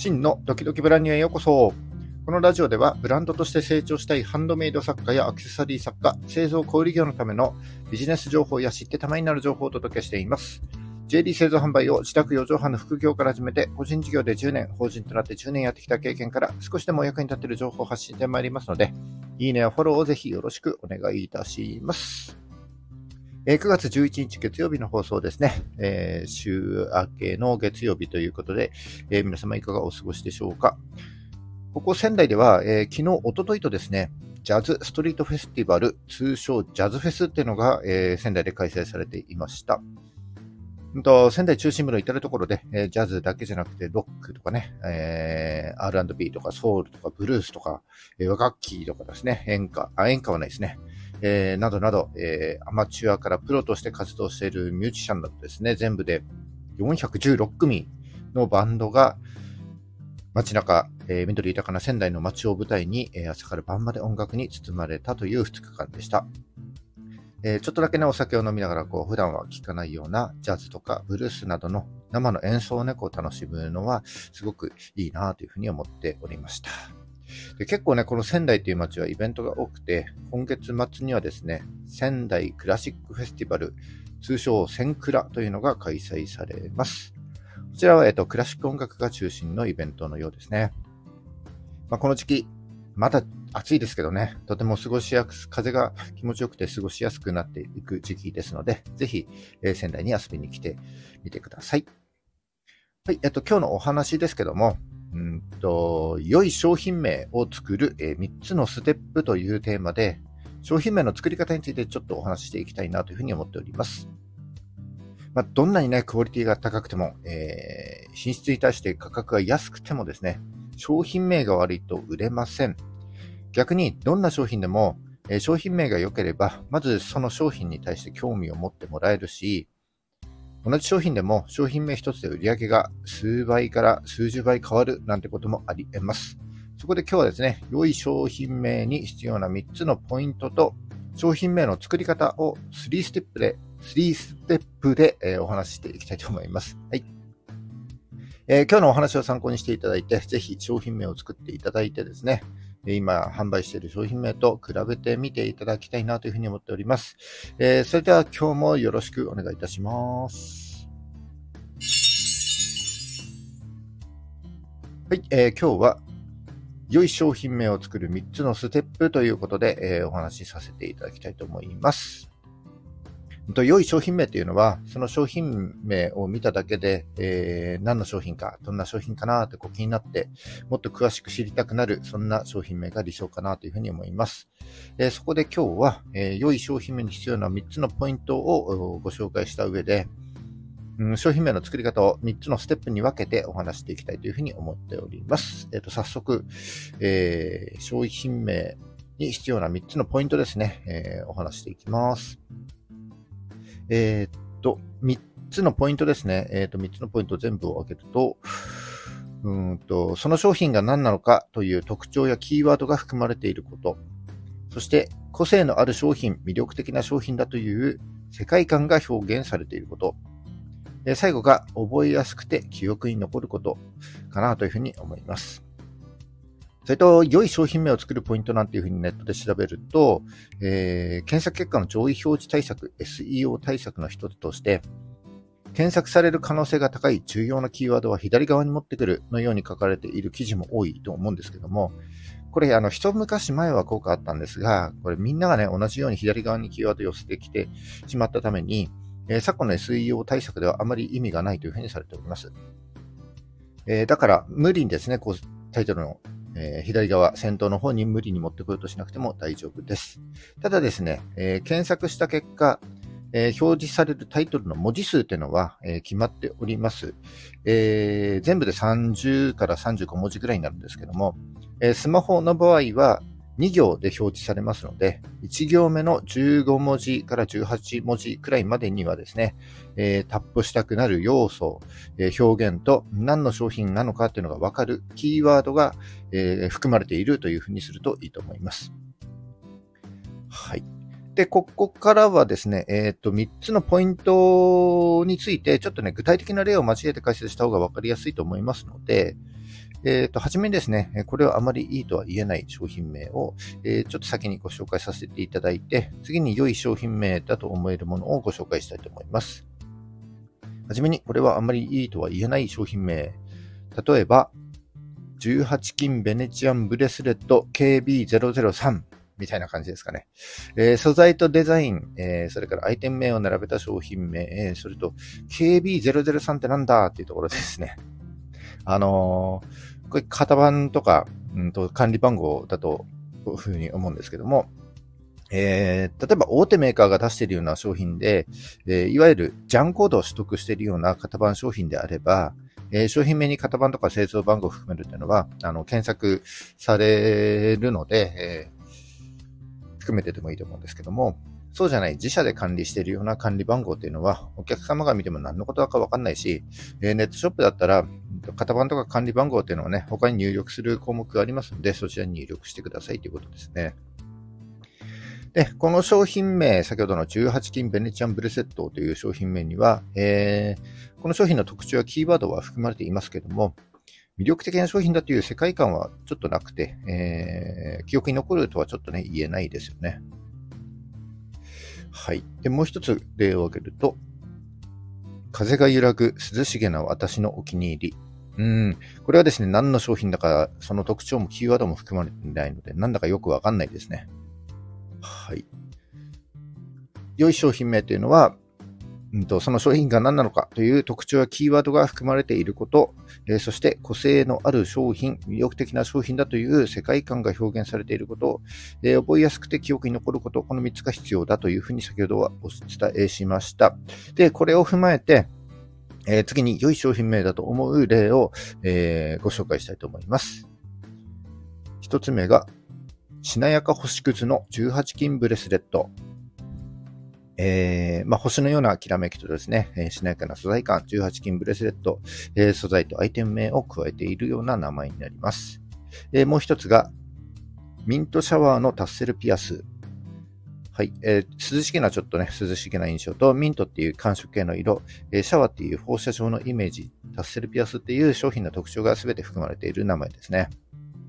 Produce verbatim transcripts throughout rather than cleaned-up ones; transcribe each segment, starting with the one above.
真のドキドキブランニュへようこそ。このラジオではブランドとして成長したいハンドメイド作家やアクセサリー作家、製造小売業のためのビジネス情報や知ってためになる情報をお届けしています。ジェーディー 製造販売を自宅よじはんの副業から始めて、個人事業でじゅうねん、法人となってじゅうねんやってきた経験から少しでもお役に立っている情報を発信してまいりますので、いいねやフォローをぜひよろしくお願いいたします。くがつじゅういちにち月曜日の放送ですね。えー、週明けの月曜日ということで、えー、皆様いかがお過ごしでしょうか。ここ仙台では、えー、昨日、おとといとですね、ジャズストリートフェスティバル、通称ジャズフェスっていうのが、えー、仙台で開催されていました。と仙台中心部の至るところで、えー、ジャズだけじゃなくてロックとかね、えー、アールアンドビー とかソウルとかブルースとか、えー、和楽器とかですね、演歌、あ、演歌はないですね。えー、などなど、えー、アマチュアからプロとして活動しているミュージシャンなどですね、全部でよんひゃくじゅうろくくみのバンドが街中、えー、緑豊かな仙台の街を舞台に、えー、朝から晩まで音楽に包まれたというふつかかんでした。えー、ちょっとだけね、お酒を飲みながらこう普段は聴かないようなジャズとかブルースなどの生の演奏をね、こう楽しむのはすごくいいなというふうに思っておりました。で結構ね、この仙台という街はイベントが多くて、今月末にはですね、仙台クラシックフェスティバル、通称センクラというのが開催されます。こちらは、えっと、クラシック音楽が中心のイベントのようですね。まあ、この時期、まだ暑いですけどね、とても過ごしやすく、風が気持ちよくて過ごしやすくなっていく時期ですので、ぜひ、えー、仙台に遊びに来てみてください。はい、えっと、今日のお話ですけども、うんと良い商品名を作る、えー、みっつのステップというテーマで、商品名の作り方についてちょっとお話ししていきたいなというふうに思っております。まあ、どんなにね、クオリティが高くても、えー、品質に対して価格が安くてもですね、商品名が悪いと売れません。逆に、どんな商品でも、えー、商品名が良ければ、まずその商品に対して興味を持ってもらえるし、同じ商品でも商品名一つで売り上げが数倍から数十倍変わるなんてこともあり得ます。そこで今日はですね、良い商品名に必要なみっつのポイントと商品名の作り方をさんステップで、さんステップで、えー、お話ししていきたいと思います。はい。えー、今日のお話を参考にしていただいて、ぜひ商品名を作っていただいてですね、今販売している商品名と比べてみていただきたいなというふうに思っております。えー、それでは今日もよろしくお願いいたします。はい、えー、今日は良い商品名を作るみっつのステップということで、えー、お話しさせていただきたいと思います。良い商品名というのは、その商品名を見ただけで、えー、何の商品か、どんな商品かなってこう気になって、もっと詳しく知りたくなる、そんな商品名が理想かなというふうに思います。えー、そこで今日は、えー、良い商品名に必要なみっつのポイントをご紹介した上で、うん、商品名の作り方をみっつのステップに分けてお話していきたいというふうに思っております。えーと、早速、えー、商品名に必要なみっつのポイントですね、えー、お話していきます。えー、っと、みっつのポイントですね。えー、っと、みっつのポイント全部を挙げると、うーんと、その商品が何なのかという特徴やキーワードが含まれていること、そして個性のある商品、魅力的な商品だという世界観が表現されていること、最後が覚えやすくて記憶に残ることかなというふうに思います。それと、良い商品名を作るポイントなんていうふうにネットで調べると、えー、検索結果の上位表示対策、エスイーオー 対策の一つとして、検索される可能性が高い重要なキーワードは左側に持ってくるのように書かれている記事も多いと思うんですけども、これ、あの、一昔前は効果あったんですが、これみんながね、同じように左側にキーワードを寄せてきてしまったために、えー、昨今の エスイーオー 対策ではあまり意味がないというふうにされております。えー、だから、無理にですね、こう、タイトルのえー、左側、先頭の方に無理に持ってこようとしなくても大丈夫です。ただですね、えー、検索した結果、えー、表示されるタイトルの文字数というのは、えー、決まっております、えー。全部でさんじゅうからさんじゅうごもじぐらいになるんですけども、えー、スマホの場合はに行で表示されますので、いち行目のじゅうごもじからじゅうはちもじくらいまでにはですね、えー、タップしたくなる要素、えー、表現と何の商品なのかというのが分かるキーワードが、えー、含まれているというふうにするといいと思います。はい。で、ここからはですね、えっと、みっつのポイントについて、ちょっとね、具体的な例を交えて解説した方が分かりやすいと思いますので、 えっと、はじめにですね、これはあまりいいとは言えない商品名を、えー、ちょっと先にご紹介させていただいて、次に良い商品名だと思えるものをご紹介したいと思います。はじめに、これはあまりいいとは言えない商品名。例えば、じゅうはち金ベネチアンブレスレット ケービーゼロゼロさん みたいな感じですかね。えー、素材とデザイン、えー、それからアイテム名を並べた商品名、えー、それと ケービーゼロゼロさん ってなんだっていうところですね。あのー、これ型番とか、うんと管理番号だとこういうふうに思うんですけども、えー、例えば大手メーカーが出しているような商品で、えー、いわゆるジャンコードを取得しているような型番商品であれば、えー、商品名に型番とか製造番号を含めるというのは、あの、検索されるので、えー、含めてでもいいと思うんですけども、そうじゃない自社で管理しているような管理番号っていうのは、お客様が見ても何のことだかわかんないし、えー、ネットショップだったら、型番とか管理番号っていうのはね、他に入力する項目がありますので、そちらに入力してくださいということですね。で、この商品名、先ほどのじゅうはち金ベネチアンブレセットという商品名には、えー、この商品の特徴やキーワードは含まれていますけども、魅力的な商品だという世界観はちょっとなくて、えー、記憶に残るとはちょっとね、言えないですよね。はい。で、もう一つ例を挙げると、風が揺らぐ涼しげな私のお気に入り。うん。これはですね、何の商品だか、その特徴もキーワードも含まれていないので、なんだかよくわかんないですね。はい。良い商品名というのは、うんと、その商品が何なのかという特徴やキーワードが含まれていること、えー、そして個性のある商品、魅力的な商品だという世界観が表現されていること、えー、覚えやすくて記憶に残ること、このみっつが必要だというふうに先ほどはお伝えしました。で、これを踏まえて、えー、次に良い商品名だと思う例を、えー、ご紹介したいと思います。一つ目が、しなやか星屑のじゅうはち金ブレスレット。えー、まあ、星のようなきらめきとですね、えー、しなやかな素材感、じゅうはち金ブレスレット、えー、素材とアイテム名を加えているような名前になります。えー、もう一つが、ミントシャワーのタッセルピアス。はい、えー、涼しげなちょっとね、涼しげな印象と、ミントっていう寒色系の色、えー、シャワーっていう放射状のイメージ、タッセルピアスっていう商品の特徴が全て含まれている名前ですね。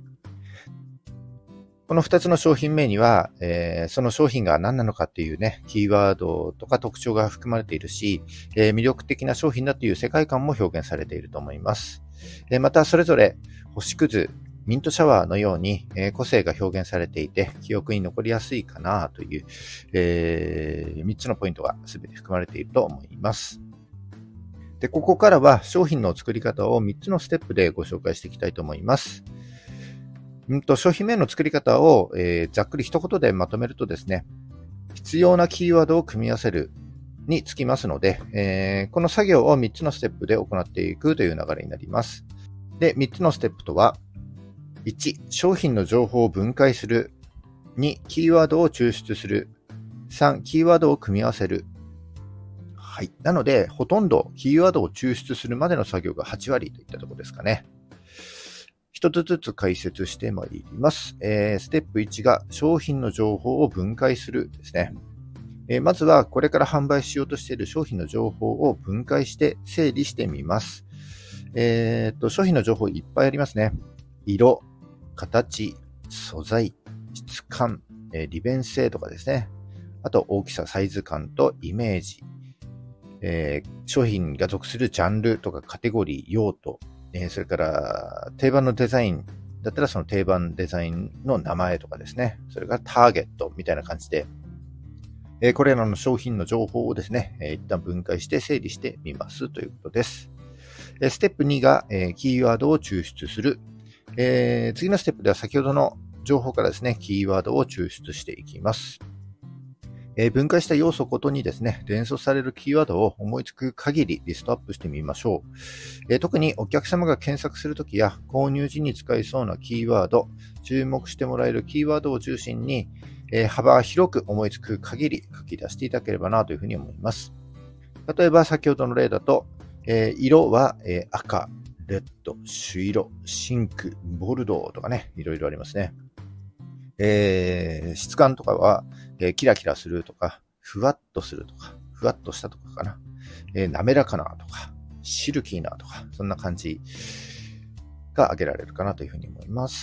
このふたつの商品名には、えー、その商品が何なのかっていうね、キーワードとか特徴が含まれているし、えー、魅力的な商品だという世界観も表現されていると思います。えー、また、それぞれ、星屑、ミントシャワーのように、えー、個性が表現されていて、記憶に残りやすいかなという、えー、みっつのポイントが全て含まれていると思います。で、ここからは商品の作り方をみっつのステップでご紹介していきたいと思います。うんと商品名の作り方を、えー、ざっくり一言でまとめるとですね、必要なキーワードを組み合わせるにつきますので、えー、この作業をみっつのステップで行っていくという流れになります。で、みっつのステップとは、いち、商品の情報を分解する。に、キーワードを抽出する。さん、キーワードを組み合わせる。はい。なので、ほとんどキーワードを抽出するまでの作業がはち割といったところですかね。一つずつ解説してまいります。えー、ステップいちが商品の情報を分解するですね。えー、まずはこれから販売しようとしている商品の情報を分解して整理してみます。えー、と商品の情報いっぱいありますね。色、形、素材、質感、えー、利便性とかですね。あと大きさ、サイズ感とイメージ。えー、商品が属するジャンルとかカテゴリー、用途。それから定番のデザインだったらその定番デザインの名前とかですね。それからターゲットみたいな感じで、これらの商品の情報をですね、一旦分解して整理してみますということです。ステップにがキーワードを抽出する。次のステップでは先ほどの情報からですね、キーワードを抽出していきます。えー、分解した要素ごとにですね、連想されるキーワードを思いつく限りリストアップしてみましょう。えー、特にお客様が検索するときや購入時に使いそうなキーワード、注目してもらえるキーワードを中心に、えー、幅広く思いつく限り書き出していただければなというふうに思います。例えば先ほどの例だと、えー、色は、えー、赤、レッド、朱色、シンク、ボルドーとかね、いろいろありますね。えー、質感とかは、えー、キラキラするとか、ふわっとするとか、ふわっとしたとかかな。えー、滑らかなとか、シルキーなとか、そんな感じが挙げられるかなというふうに思います。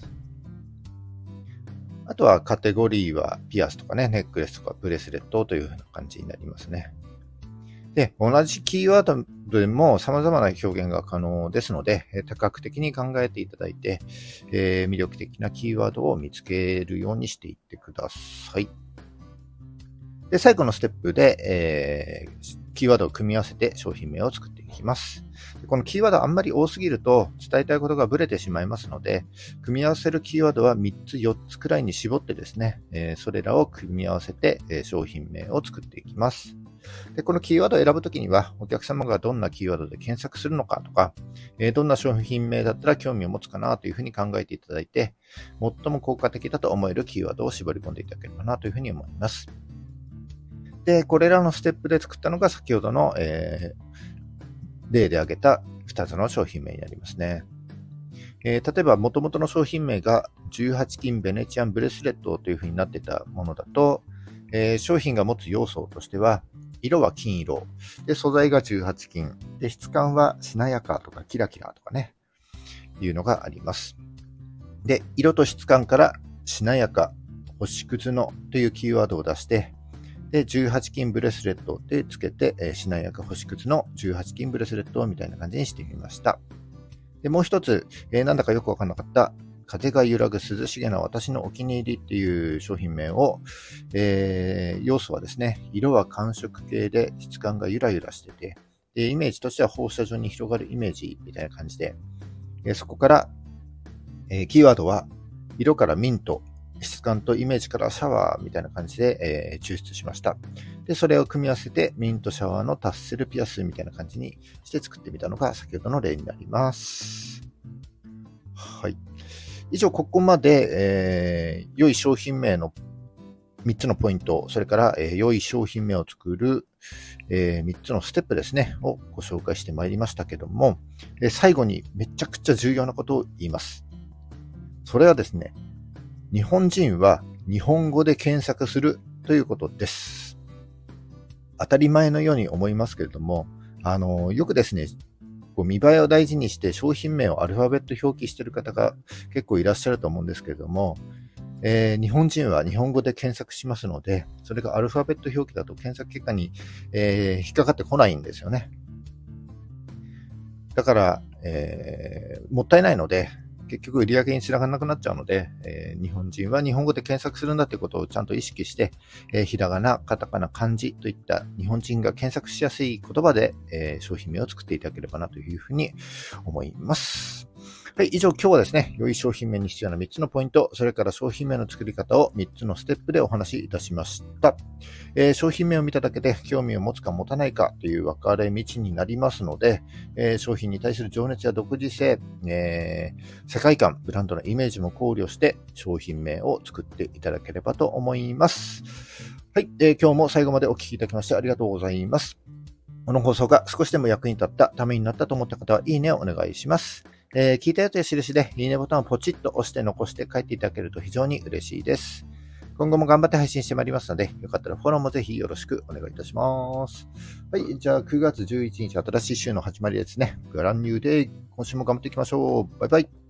あとはカテゴリーはピアスとかね、ネックレスとかブレスレットというふうな感じになりますね。で、同じキーワードでも様々な表現が可能ですので、多角的に考えていただいて、えー、魅力的なキーワードを見つけるようにしていってください。で、最後のステップで、えー、キーワードを組み合わせて商品名を作っていきます。このキーワードあんまり多すぎると伝えたいことがブレてしまいますので、組み合わせるキーワードはみっつよっつくらいに絞ってですね、えー、それらを組み合わせて、えー、商品名を作っていきます。で、このキーワードを選ぶときには、お客様がどんなキーワードで検索するのかとか、えー、どんな商品名だったら興味を持つかなというふうに考えていただいて、最も効果的だと思えるキーワードを絞り込んでいただければなというふうに思います。で、これらのステップで作ったのが先ほどの、えー、例で挙げたふたつの商品名になりますね。えー、例えば、元々の商品名がじゅうはち金ベネチアンブレスレットというふうになっていたものだと、えー、商品が持つ要素としては、色は金色。で、素材がじゅうはち金。で、質感はしなやかとかキラキラとかね、いうのがあります。で、色と質感からしなやか、星屑のというキーワードを出して、で、じゅうはち金ブレスレットでつけて、えー、しなやか星屑のじゅうはち金ブレスレットみたいな感じにしてみました。で、もう一つ、えー、なんだかよくわかんなかった、風が揺らぐ涼しげな私のお気に入りっていう商品名を、えー、要素はですね、色は寒色系で質感がゆらゆらしてて、でイメージとしては放射状に広がるイメージみたいな感じで、えー、そこから、えー、キーワードは色からミント、質感とイメージからシャワーみたいな感じで、えー、抽出しました。で、それを組み合わせてミントシャワーのタッセルピアスみたいな感じにして作ってみたのが先ほどの例になります。はい。以上、ここまで、えー、良い商品名のみっつのポイント、それから、えー、良い商品名を作る、えー、みっつのステップですね、をご紹介してまいりましたけども、えー、最後にめちゃくちゃ重要なことを言います。それはですね、日本人は日本語で検索するということです。当たり前のように思いますけれども、あの、よくですね、こう見栄えを大事にして商品名をアルファベット表記している方が結構いらっしゃると思うんですけれども、えー、日本人は日本語で検索しますので、それがアルファベット表記だと検索結果に、えー、引っかかってこないんですよね。だから、えー、もったいないので、結局売り上げにつながらなくなっちゃうので、えー、日本人は日本語で検索するんだということをちゃんと意識して、えー、ひらがな、カタカナ、漢字といった日本人が検索しやすい言葉で、えー、商品名を作っていただければなというふうに思います。はい、以上今日はですね、良い商品名に必要なみっつのポイント、それから商品名の作り方をみっつのステップでお話しいたしました。えー、商品名を見ただけで興味を持つか持たないかという分かれ道になりますので、えー、商品に対する情熱や独自性、えー、世界観、ブランドのイメージも考慮して商品名を作っていただければと思います。はい、えー、今日も最後までお聞きいただきましてありがとうございます。この放送が少しでも役に立った、ためになったと思った方は、いいねをお願いします。えー、聞いたよという印で、いいねボタンをポチッと押して残して帰っていただけると非常に嬉しいです。今後も頑張って配信してまいりますので、よかったらフォローもぜひよろしくお願いいたします。はい、じゃあくがつじゅういちにち、新しい週の始まりですね。ブランニューで今週も頑張っていきましょう。バイバイ。